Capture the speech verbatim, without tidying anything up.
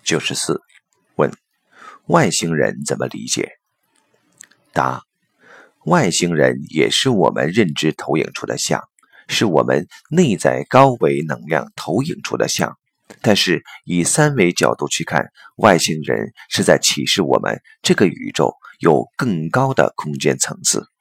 九十四，问：外星人怎么理解？答：外星人也是我们认知投影出的像，是我们内在高维能量投影出的像。但是以三维角度去看，外星人是在启示我们这个宇宙有更高的空间层次。